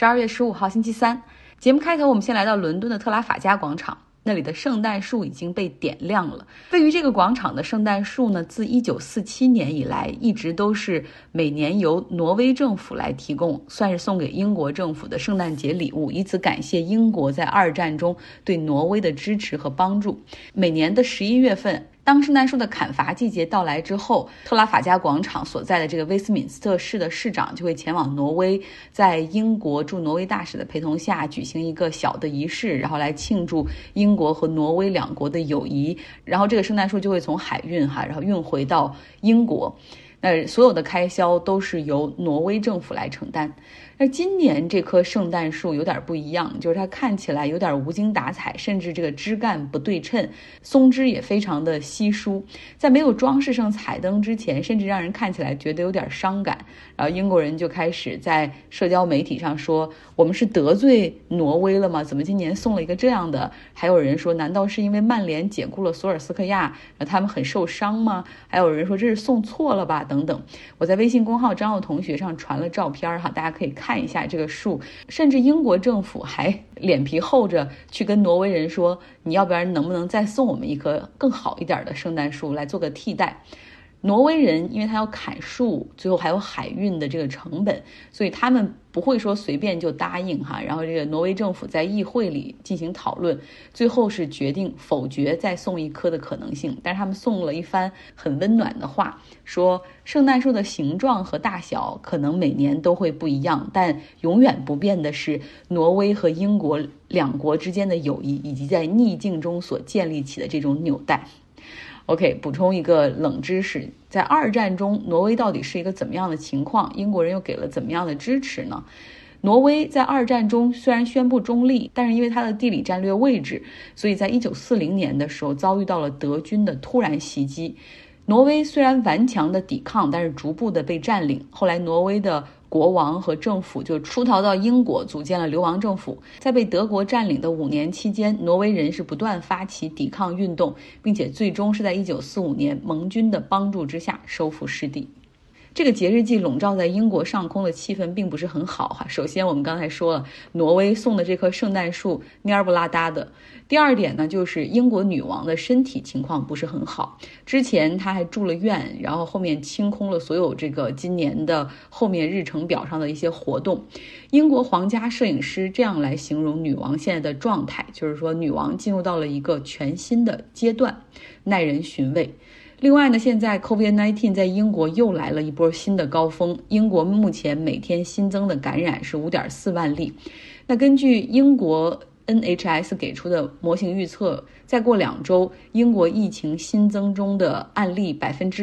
12月15号星期三，节目开头我们先来到伦敦的特拉法加广场，那里的圣诞树已经被点亮了。位于这个广场的圣诞树呢，自1947年以来一直都是每年由挪威政府来提供，算是送给英国政府的圣诞节礼物，以此感谢英国在二战中对挪威的支持和帮助。每年的11月份，当圣诞树的砍伐季节到来之后，特拉法加广场所在的这个威斯敏斯特市的市长就会前往挪威，在英国驻挪威大使的陪同下举行一个小的仪式，然后来庆祝英国和挪威两国的友谊。然后这个圣诞树就会从海运然后运回到英国。那所有的开销都是由挪威政府来承担。而今年这棵圣诞树有点不一样，就是它看起来有点无精打采，甚至这个枝干不对称，松枝也非常的稀疏。在没有装饰上彩灯之前，甚至让人看起来觉得有点伤感。然后英国人就开始在社交媒体上说，我们是得罪挪威了吗？怎么今年送了一个这样的？还有人说，难道是因为曼联解雇了索尔斯克亚，他们很受伤吗？还有人说这是送错了吧，等等。我在微信公号张奥同学上传了照片大家可以看一下这个树。甚至英国政府还脸皮厚着去跟挪威人说，你要不然能不能再送我们一棵更好一点的圣诞树来做个替代。挪威人因为他要砍树，最后还有海运的这个成本，所以他们不会说随便就答应然后这个挪威政府在议会里进行讨论，最后是决定否决再送一棵的可能性。但是他们送了一番很温暖的话，说圣诞树的形状和大小可能每年都会不一样，但永远不变的是挪威和英国两国之间的友谊，以及在逆境中所建立起的这种纽带。OK， 补充一个冷知识，在二战中挪威到底是一个怎么样的情况？英国人又给了怎么样的支持呢？挪威在二战中虽然宣布中立，但是因为它的地理战略位置，所以在1940年的时候遭遇到了德军的突然袭击。挪威虽然顽强的抵抗，但是逐步的被占领。后来挪威的国王和政府就出逃到英国，组建了流亡政府。在被德国占领的5年期间，挪威人是不断发起抵抗运动，并且最终是在1945年盟军的帮助之下收复失地。这个节日季笼罩在英国上空的气氛并不是很好首先我们刚才说了，挪威送的这棵圣诞树蔫不拉搭的。第二点呢，就是英国女王的身体情况不是很好，之前她还住了院，然后后面清空了所有这个今年的后面日程表上的一些活动。英国皇家摄影师这样来形容女王现在的状态，就是说女王进入到了一个全新的阶段，耐人寻味。另外呢，现在 COVID-19 在英国又来了一波新的高峰，英国目前每天新增的感染是 5.4 万例。那根据英国 NHS 给出的模型预测，再过2周，英国疫情新增中的案例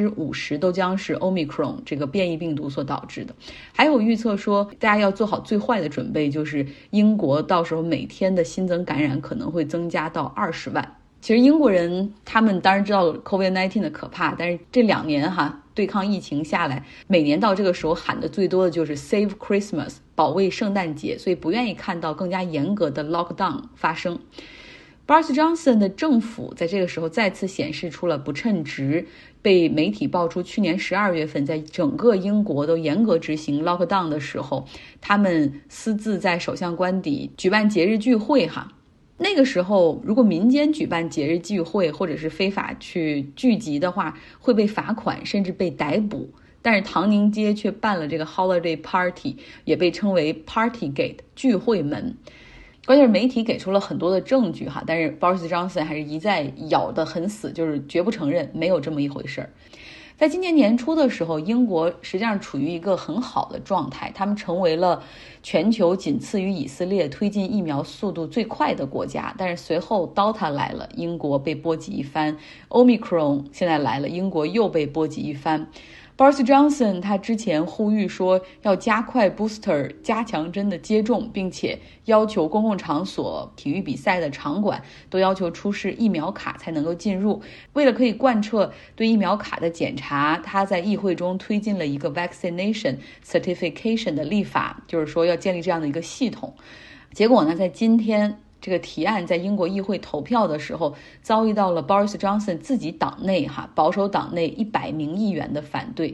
50% 都将是 Omicron 这个变异病毒所导致的。还有预测说，大家要做好最坏的准备，就是英国到时候每天的新增感染可能会增加到20万。其实英国人他们当然知道 COVID-19 的可怕，但是这2年对抗疫情下来，每年到这个时候喊的最多的就是 Save Christmas， 保卫圣诞节，所以不愿意看到更加严格的 lockdown 发生。Boris Johnson 的政府在这个时候再次显示出了不称职，被媒体爆出去年12月份在整个英国都严格执行 lockdown 的时候，他们私自在首相官邸举办节日聚会那个时候如果民间举办节日聚会或者是非法去聚集的话，会被罚款甚至被逮捕。但是唐宁街却办了这个 holiday party， 也被称为 Partygate 聚会门。关键是媒体给出了很多的证据但是 Boris Johnson 还是一再咬得很死，就是绝不承认没有这么一回事儿。在今年年初的时候，英国实际上处于一个很好的状态，他们成为了全球仅次于以色列推进疫苗速度最快的国家。但是随后 Delta 来了，英国被波及一番， Omicron 现在来了，英国又被波及一番。Boris Johnson 他之前呼吁说要加快 booster 加强针的接种，并且要求公共场所、体育比赛的场馆都要求出示疫苗卡才能够进入。为了可以贯彻对疫苗卡的检查，他在议会中推进了一个 vaccination certification 的立法，就是说要建立这样的一个系统。结果呢，在今天这个提案在英国议会投票的时候，遭遇到了 Boris Johnson 自己党内保守党内100名议员的反对。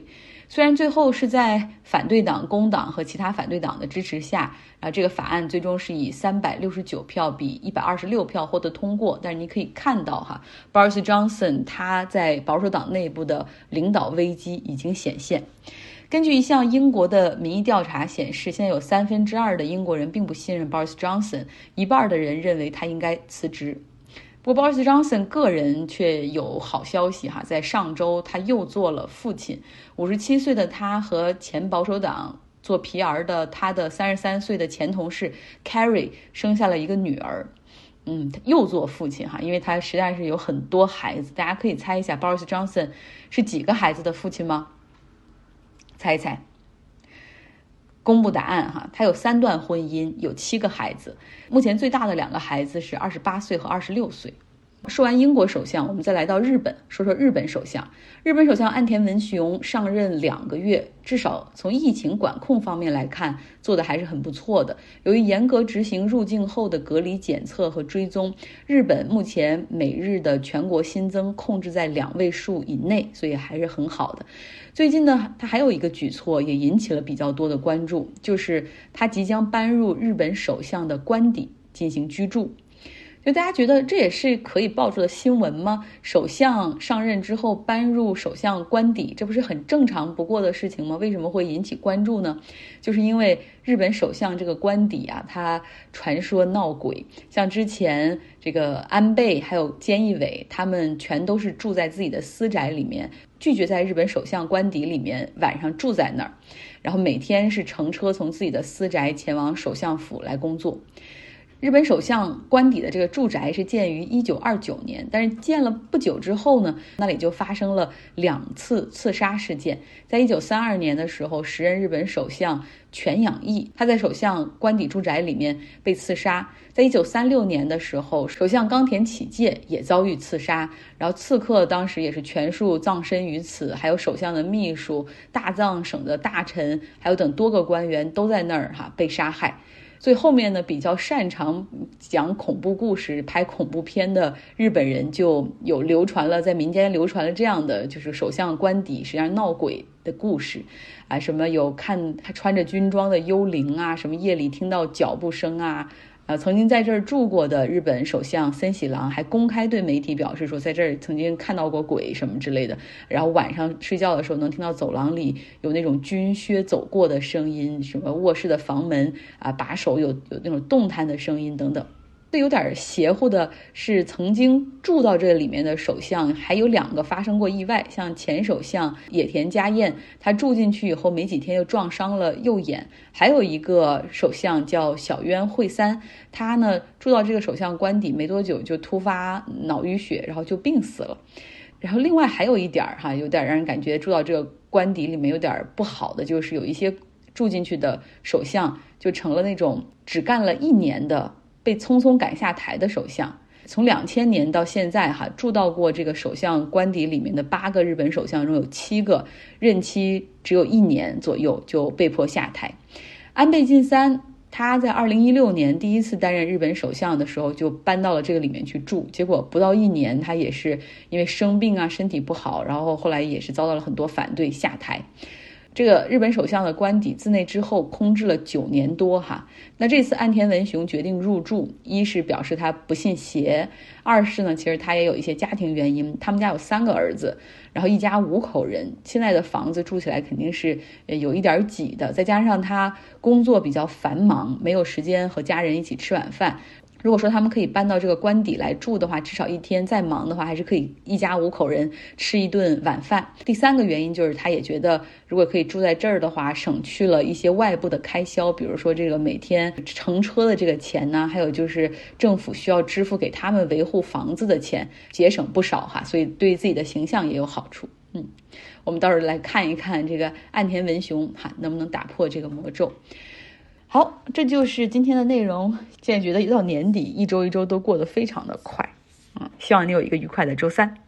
虽然最后是在反对党工党和其他反对党的支持下，这个法案最终是以369票比126票获得通过，但是你可以看到哈，Boris Johnson 他在保守党内部的领导危机已经显现。根据一项英国的民意调查显示，现在有2/3的英国人并不信任 Boris Johnson， 一半的人认为他应该辞职。不过 Boris Johnson 个人却有好消息哈，在上周他又做了父亲。57岁的他和前保守党做 PR 的他的33岁的前同事 Carrie 生下了一个女儿。又做父亲哈，因为他实在是有很多孩子。大家可以猜一下 Boris Johnson 是几个孩子的父亲吗？猜一猜。公布答案哈，他有3段婚姻，有7个孩子，目前最大的2个孩子是28岁和26岁。说完英国首相，我们再来到日本，说说日本首相。日本首相岸田文雄上任2个月，至少从疫情管控方面来看，做的还是很不错的。由于严格执行入境后的隔离检测和追踪，日本目前每日的全国新增控制在2位数以内，所以还是很好的。最近呢，他还有一个举措也引起了比较多的关注，就是他即将搬入日本首相的官邸进行居住。就大家觉得这也是可以报出的新闻吗？首相上任之后搬入首相官邸，这不是很正常不过的事情吗？为什么会引起关注呢？就是因为日本首相这个官邸啊，他传说闹鬼，像之前这个安倍还有菅义伟，他们全都是住在自己的私宅里面，拒绝在日本首相官邸里面晚上住在那儿，然后每天是乘车从自己的私宅前往首相府来工作。日本首相官邸的这个住宅是建于1929年，但是建了不久之后呢，那里就发生了2次刺杀事件。在1932年的时候，时任日本首相全养义，他在首相官邸住宅里面被刺杀。在1936年的时候，首相冈田启介也遭遇刺杀，然后刺客当时也是全数葬身于此，还有首相的秘书、大藏省的大臣，还有等多个官员都在那儿被杀害。所以后面呢，比较擅长讲恐怖故事、拍恐怖片的日本人就有流传了，在民间流传了这样的，就是首相官邸实际上闹鬼的故事啊，什么有看他穿着军装的幽灵啊，什么夜里听到脚步声啊。曾经在这儿住过的日本首相森喜朗还公开对媒体表示说，在这儿曾经看到过鬼什么之类的，然后晚上睡觉的时候能听到走廊里有那种军靴走过的声音，什么卧室的房门把手有那种动弹的声音等等。最有点邪乎的是，曾经住到这里面的首相还有2个发生过意外，像前首相野田佳彦，他住进去以后没几天就撞伤了右眼，还有一个首相叫小渊惠三，他呢住到这个首相官邸没多久就突发脑淤血，然后就病死了。然后另外还有一点有点让人感觉住到这个官邸里面有点不好的，就是有一些住进去的首相就成了那种只干了1年的被匆匆赶下台的首相。从2000年到现在住到过这个首相官邸里面的8个日本首相中有7个任期只有1年左右就被迫下台。安倍晋三他在2016年第一次担任日本首相的时候就搬到了这个里面去住，结果不到1年他也是因为生病身体不好，然后后来也是遭到了很多反对下台。这个日本首相的官邸自内之后空置了9年多那这次岸田文雄决定入住，一是表示他不信邪，二是呢其实他也有一些家庭原因，他们家有3个儿子，然后一家5口人，现在的房子住起来肯定是有一点挤的，再加上他工作比较繁忙，没有时间和家人一起吃晚饭。如果说他们可以搬到这个官邸来住的话，至少一天再忙的话还是可以一家5口人吃一顿晚饭。第3个原因就是他也觉得如果可以住在这儿的话，省去了一些外部的开销，比如说这个每天乘车的这个钱呢，还有就是政府需要支付给他们维护房子的钱，节省不少所以对自己的形象也有好处。我们到时候来看一看这个岸田文雄能不能打破这个魔咒。好，这就是今天的内容。现在觉得一到年底，一周一周都过得非常的快。希望你有一个愉快的周三。